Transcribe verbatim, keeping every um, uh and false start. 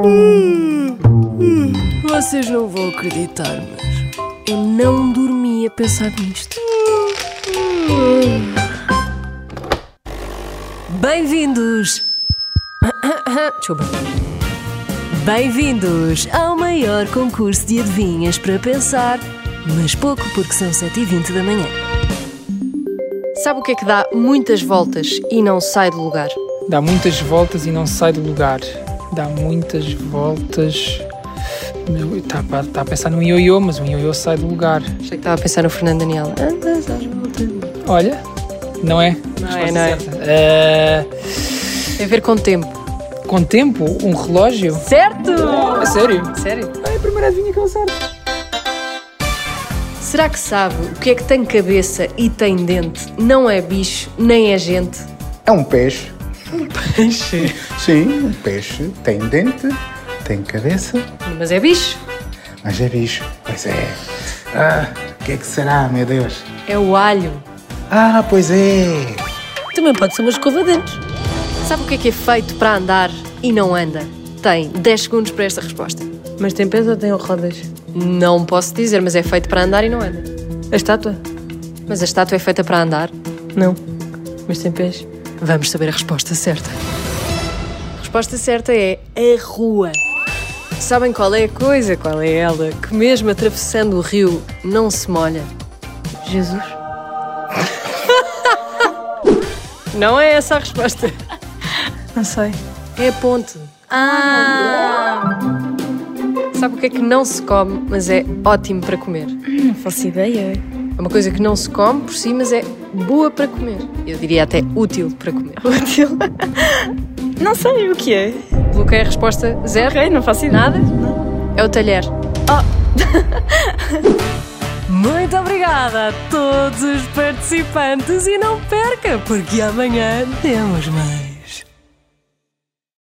Vocês não vão acreditar, mas eu não dormi a pensar nisto. Bem-vindos! Desculpa. Bem-vindos ao maior concurso de adivinhas para pensar, mas pouco porque são sete e vinte da manhã. Sabe o que é que dá muitas voltas e não sai do lugar? Dá muitas voltas e não sai do lugar. Dá muitas voltas... Está tá a pensar num ioiô, mas um ioiô sai do lugar. Achei que estava a pensar no Fernando Daniel. Andas às voltas. Olha, não é? Não Resposta é, não é. certa. Uh... Tem a ver com tempo. Com tempo? Um relógio? Certo! A sério? Sério? É a primeira adivinha que eu acerto. Será que sabe o que é que tem cabeça e tem dente? Não é bicho, nem é gente. É um peixe. Um peixe? Sim, um peixe. Tem dente, tem cabeça, Mas é bicho. mas é bicho. Pois é. Ah, o que é que será, meu Deus? É o alho. Ah, pois é. Também pode ser uma escova de dentes. Sabe o que é que é feito para andar e não anda? Tem dez segundos para esta resposta. Mas tem peso ou tem rodas? Não posso dizer, mas é feito para andar e não anda. A estátua? Mas a estátua é feita para andar? Não. Mas tem pés? Vamos saber a resposta certa. A resposta certa é a rua. Sabem qual é a coisa, qual é ela, que mesmo atravessando o rio não se molha? Jesus? Não é essa a resposta. Não sei. É a ponte. Ah! Sabe o que é que não se come, mas é ótimo para comer? Não faço ideia. É uma coisa que não se come por si, mas é boa para comer. Eu diria até útil para comer. Útil? Não sei o que é. Bloqueia a resposta zero? Ok, não faço ideia. Nada? É o talher. Muito obrigada a todos os participantes e não perca, porque amanhã temos mais.